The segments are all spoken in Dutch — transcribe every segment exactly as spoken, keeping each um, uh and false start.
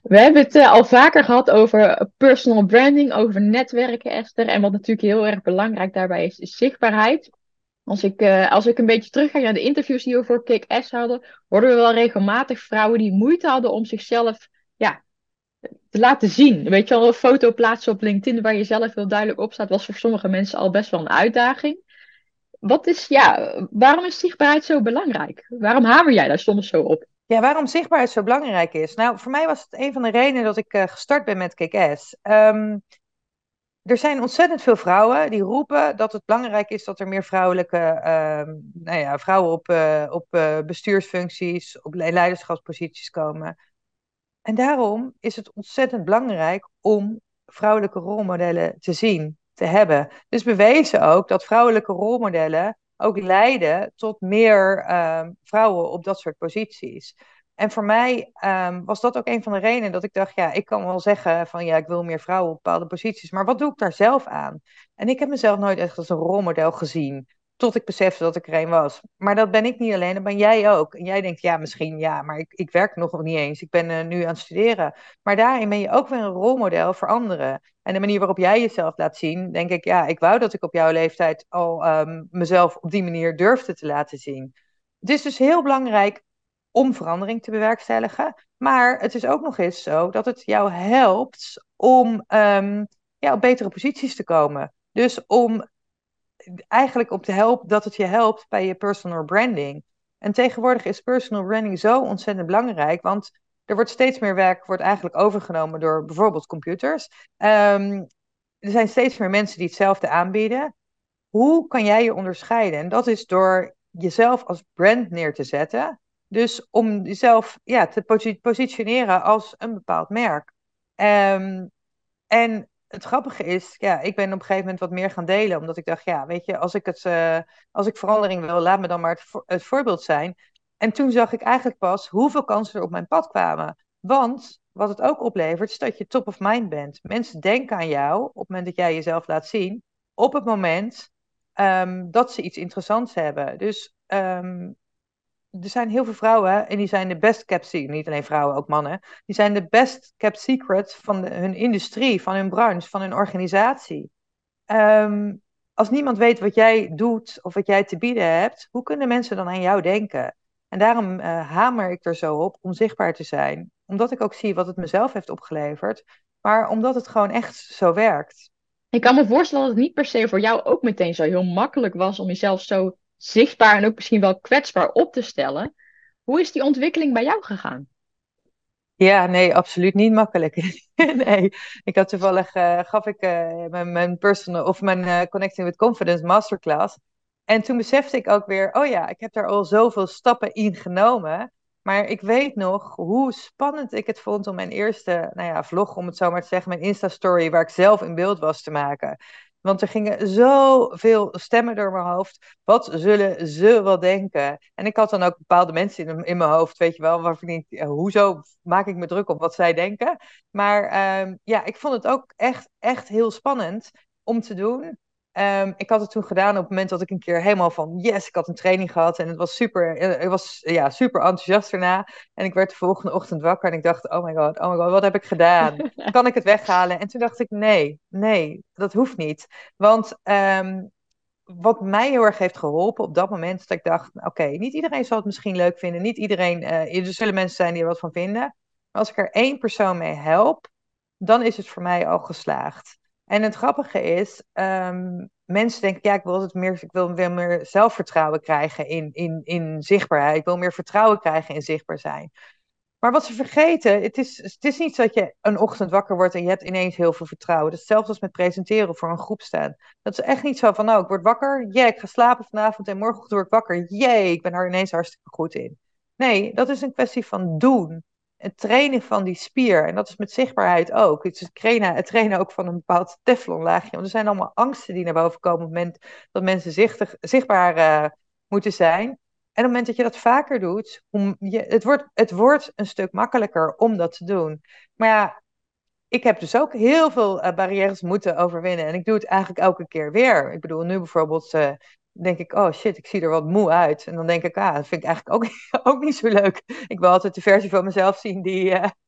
We hebben het eh, al vaker gehad over personal branding, over netwerken, Esther. En wat natuurlijk heel erg belangrijk daarbij is, is zichtbaarheid. Als ik, eh, als ik een beetje terugga naar de interviews die we voor Kick-Ass hadden, hoorden we wel regelmatig vrouwen die moeite hadden om zichzelf ja, te laten zien. Weet je wel, een foto plaatsen op LinkedIn waar je zelf heel duidelijk op staat, was voor sommige mensen al best wel een uitdaging. Wat is, ja, waarom is zichtbaarheid zo belangrijk? Waarom hamer jij daar soms zo op? Ja, waarom zichtbaarheid zo belangrijk is? Nou, voor mij was het een van de redenen dat ik eh, gestart ben met Kick-Ass. Ehm, er zijn ontzettend veel vrouwen die roepen dat het belangrijk is dat er meer vrouwelijke, ehm, nou ja, vrouwen op, eh, op eh, bestuursfuncties, op le- leiderschapsposities komen. En daarom is het ontzettend belangrijk om vrouwelijke rolmodellen te zien, te hebben. Dus bewezen ook dat vrouwelijke rolmodellen ook leiden tot meer ehm, vrouwen op dat soort posities. En voor mij ehm, was dat ook een van de redenen dat ik dacht, ja, ik kan wel zeggen van ja, ik wil meer vrouwen op bepaalde posities, maar wat doe ik daar zelf aan? En ik heb mezelf nooit echt als een rolmodel gezien. Tot ik besefte dat ik er een was. Maar dat ben ik niet alleen, dat ben jij ook. En jij denkt, ja, misschien ja, maar ik, ik werk nog niet eens. Ik ben eh, nu aan het studeren. Maar daarin ben je ook weer een rolmodel voor anderen. En de manier waarop jij jezelf laat zien, denk ik, ja, ik wou dat ik op jouw leeftijd al ehm, mezelf op die manier durfde te laten zien. Het is dus heel belangrijk om verandering te bewerkstelligen. Maar het is ook nog eens zo dat het jou helpt om ehm, ja, op betere posities te komen. Dus om eigenlijk op te helpen, dat het je helpt bij je personal branding. En tegenwoordig is personal branding zo ontzettend belangrijk, want er wordt steeds meer werk wordt eigenlijk overgenomen door bijvoorbeeld computers. Um, er zijn steeds meer mensen die hetzelfde aanbieden. Hoe kan jij je onderscheiden? En dat is door jezelf als brand neer te zetten. Dus om jezelf ja, te posi- positioneren als een bepaald merk. Um, en het grappige is, ja, ik ben op een gegeven moment wat meer gaan delen, omdat ik dacht, ja, weet je, als ik het, eh, als ik verandering wil, laat me dan maar het, voor- het voorbeeld zijn. En toen zag ik eigenlijk pas hoeveel kansen er op mijn pad kwamen. Want wat het ook oplevert, is dat je top of mind bent. Mensen denken aan jou op het moment dat jij jezelf laat zien, op het moment ehm, dat ze iets interessants hebben. Dus ehm, er zijn heel veel vrouwen en die zijn de best kept secret, niet alleen vrouwen, ook mannen, die zijn de best kept secret van de- hun industrie, van hun branche, van hun organisatie. Ehm, als niemand weet wat jij doet of wat jij te bieden hebt, hoe kunnen mensen dan aan jou denken? En daarom eh, hamer ik er zo op om zichtbaar te zijn. Omdat ik ook zie wat het mezelf heeft opgeleverd, maar omdat het gewoon echt zo werkt. Ik kan me voorstellen dat het niet per se voor jou ook meteen zo heel makkelijk was om jezelf zo zichtbaar en ook misschien wel kwetsbaar op te stellen. Hoe is die ontwikkeling bij jou gegaan? Ja, nee, absoluut niet makkelijk. Nee, ik had toevallig, eh, gaf ik eh, mijn, mijn personal of mijn eh, Connecting with Confidence masterclass. En toen besefte ik ook weer, oh ja, ik heb daar al zoveel stappen in genomen. Maar ik weet nog hoe spannend ik het vond om mijn eerste, nou ja, vlog, om het zo maar te zeggen, mijn Insta-story, waar ik zelf in beeld was, te maken. Want er gingen zoveel stemmen door mijn hoofd. Wat zullen ze wel denken? En ik had dan ook bepaalde mensen in, in mijn hoofd, weet je wel, waarvan ik denk, ja, hoezo maak ik me druk op wat zij denken? Maar ehm, ja, ik vond het ook echt, echt heel spannend om te doen. Ehm, ik had het toen gedaan op het moment dat ik een keer helemaal van, yes, ik had een training gehad en het was super, eh, ik was ja, super enthousiast daarna. En ik werd de volgende ochtend wakker en ik dacht, oh my god, oh my god, wat heb ik gedaan? Kan ik het weghalen? En toen dacht ik, nee, nee, dat hoeft niet. Want ehm, wat mij heel erg heeft geholpen op dat moment, dat ik dacht, oké, niet iedereen zal het misschien leuk vinden. Niet iedereen, eh, er zullen mensen zijn die er wat van vinden. Maar als ik er één persoon mee help, dan is het voor mij al geslaagd. En het grappige is, ehm, mensen denken, ja, ik wil het meer, ik wil weer meer zelfvertrouwen krijgen in, in, in zichtbaarheid. Ik wil meer vertrouwen krijgen in zichtbaar zijn. Maar wat ze vergeten, het is, het is niet zo dat je een ochtend wakker wordt en je hebt ineens heel veel vertrouwen. Dat is hetzelfde als met presenteren voor een groep staan. Dat is echt niet zo van, nou, ik word wakker, jee, ik ga slapen vanavond en morgen word ik wakker, jee, ik ben er ineens hartstikke goed in. Nee, dat is een kwestie van doen. Het trainen van die spier. En dat is met zichtbaarheid ook. Het is het trainen, het trainen ook van een bepaald teflonlaagje. Want er zijn allemaal angsten die naar boven komen op het moment dat mensen zichtig, zichtbaar eh, moeten zijn. En op het moment dat je dat vaker doet, om je, het, wordt, het wordt een stuk makkelijker om dat te doen. Maar ja, ik heb dus ook heel veel uh, barrières moeten overwinnen. En ik doe het eigenlijk elke keer weer. Ik bedoel, nu bijvoorbeeld uh, denk ik, oh shit, ik zie er wat moe uit. En dan denk ik, ah, dat vind ik eigenlijk ook, ook niet zo leuk. Ik wil altijd de versie van mezelf zien die, uh,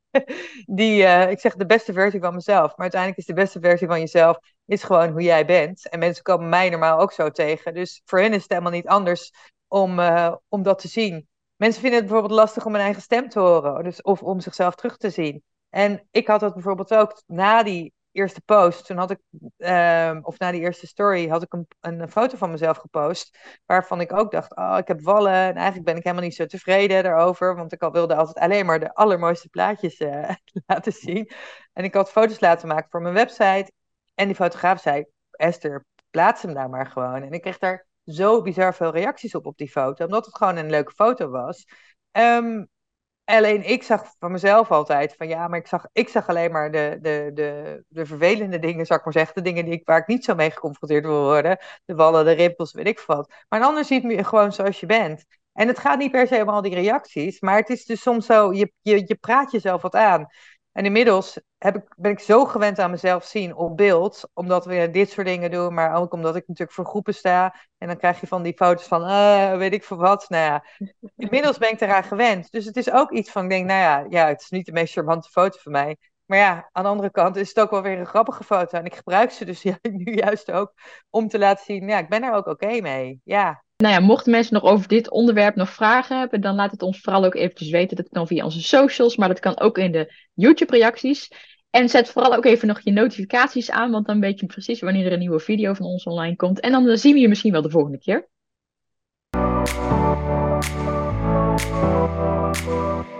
die, uh, ik zeg de beste versie van mezelf. Maar uiteindelijk is de beste versie van jezelf is gewoon hoe jij bent. En mensen komen mij normaal ook zo tegen. Dus voor hen is het helemaal niet anders om, uh, om dat te zien. Mensen vinden het bijvoorbeeld lastig om hun eigen stem te horen. Dus, of om zichzelf terug te zien. En ik had dat bijvoorbeeld ook na die eerste post. Toen had ik, uh, of na die eerste story, had ik een, een foto van mezelf gepost. Waarvan ik ook dacht, oh, ik heb wallen. En eigenlijk ben ik helemaal niet zo tevreden daarover. Want ik al wilde altijd alleen maar de allermooiste plaatjes uh, laten zien. En ik had foto's laten maken voor mijn website. En die fotograaf zei, Esther, plaats hem daar maar gewoon. En ik kreeg daar zo bizar veel reacties op op die foto. Omdat het gewoon een leuke foto was. Um, Alleen ik zag van mezelf altijd van ja, maar ik zag, ik zag alleen maar de, de, de, de vervelende dingen, zou ik maar zeggen. De dingen die ik, waar ik niet zo mee geconfronteerd wil worden. De wallen, de rimpels, weet ik wat. Maar een ander ziet me gewoon zoals je bent. En het gaat niet per se om al die reacties. Maar het is dus soms zo, je, je, je praat jezelf wat aan. En inmiddels heb ik, ben ik zo gewend aan mezelf zien op beeld. Omdat we dit soort dingen doen. Maar ook omdat ik natuurlijk voor groepen sta. En dan krijg je van die foto's van, uh, weet ik veel wat. Nou ja, inmiddels ben ik eraan gewend. Dus het is ook iets van, ik denk, nou ja, ja, het is niet de meest charmante foto van mij. Maar ja, aan de andere kant is het ook wel weer een grappige foto. En ik gebruik ze dus ja, nu juist ook om te laten zien, ja, ik ben er ook oké mee. Ja. Nou ja, mochten mensen nog over dit onderwerp nog vragen hebben, dan laat het ons vooral ook eventjes weten. Dat kan via onze socials, maar dat kan ook in de YouTube-reacties. En zet vooral ook even nog je notificaties aan, want dan weet je precies wanneer er een nieuwe video van ons online komt. En dan zien we je misschien wel de volgende keer.